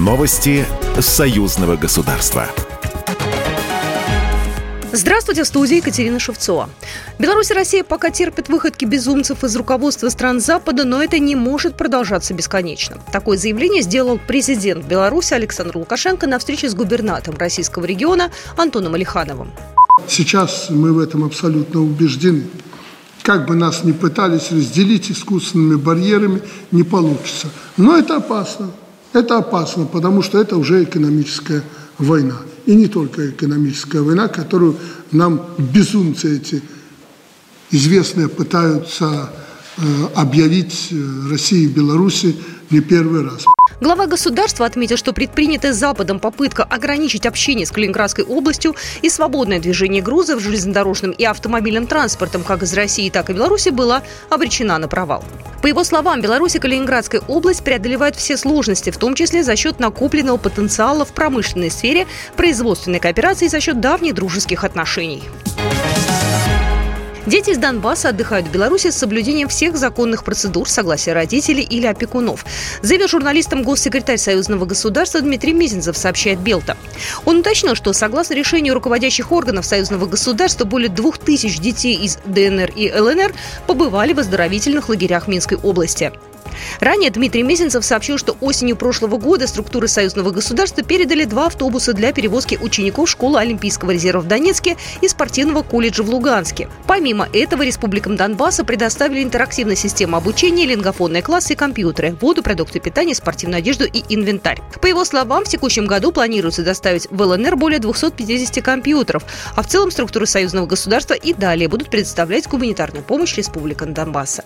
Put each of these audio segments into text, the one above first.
Новости союзного государства. Здравствуйте, в студии Екатерина Шевцова. Беларусь и Россия пока терпят выходки безумцев из руководства стран Запада, но это не может продолжаться бесконечно. Такое заявление сделал президент Беларуси Александр Лукашенко на встрече с губернатором российского региона Антоном Алихановым. Сейчас мы в этом абсолютно убеждены. Как бы нас ни пытались разделить искусственными барьерами, не получится. Но это опасно. Это опасно, потому что это уже экономическая война. И не только экономическая война, которую нам безумцы эти известные пытаются объявить России и Беларуси не первый раз. Глава государства отметил, что предпринятая Западом попытка ограничить общение с Калининградской областью и свободное движение грузов железнодорожным и автомобильным транспортом как из России, так и Беларуси была обречена на провал. По его словам, Беларусь и Калининградская область преодолевают все сложности, в том числе за счет накопленного потенциала в промышленной сфере, производственной кооперации и за счет давних дружеских отношений. Дети из Донбасса отдыхают в Беларуси с соблюдением всех законных процедур, согласия родителей или опекунов, заявил журналистам госсекретарь союзного государства Дмитрий Мизинцев, сообщает Белта. Он уточнил, что согласно решению руководящих органов союзного государства более 2000 детей из ДНР и ЛНР побывали в оздоровительных лагерях Минской области. Ранее Дмитрий Мезенцев сообщил, что осенью прошлого года структуры союзного государства передали 2 автобуса для перевозки учеников школы Олимпийского резерва в Донецке и спортивного колледжа в Луганске. Помимо этого, республикам Донбасса предоставили интерактивную систему обучения, лингофонные классы и компьютеры, воду, продукты питания, спортивную одежду и инвентарь. По его словам, в текущем году планируется доставить в ЛНР более 250 компьютеров, а в целом структуры союзного государства и далее будут предоставлять гуманитарную помощь республикам Донбасса.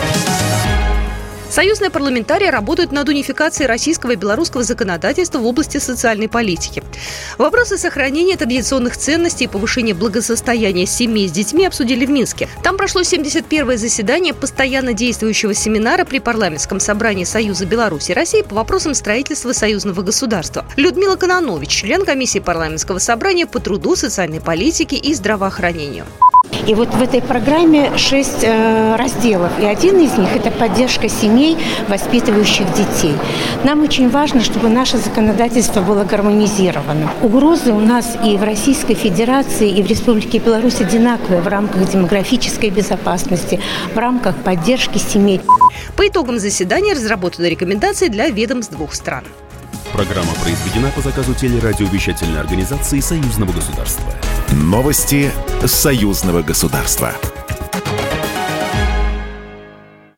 Союзные парламентарии работают над унификацией российского и белорусского законодательства в области социальной политики. Вопросы сохранения традиционных ценностей и повышения благосостояния семей с детьми обсудили в Минске. Там прошло 71-е заседание постоянно действующего семинара при парламентском собрании Союза Беларуси и России по вопросам строительства союзного государства. Людмила Кононович, член комиссии парламентского собрания по труду, социальной политике и здравоохранению. И вот в этой программе 6 разделов, и один из них – это поддержка семей, воспитывающих детей. Нам очень важно, чтобы наше законодательство было гармонизировано. Угрозы у нас и в Российской Федерации, и в Республике Беларусь одинаковые в рамках демографической безопасности, в рамках поддержки семей. По итогам заседания разработаны рекомендации для ведомств 2 стран. Программа произведена по заказу телерадиовещательной организации союзного государства. Новости союзного государства.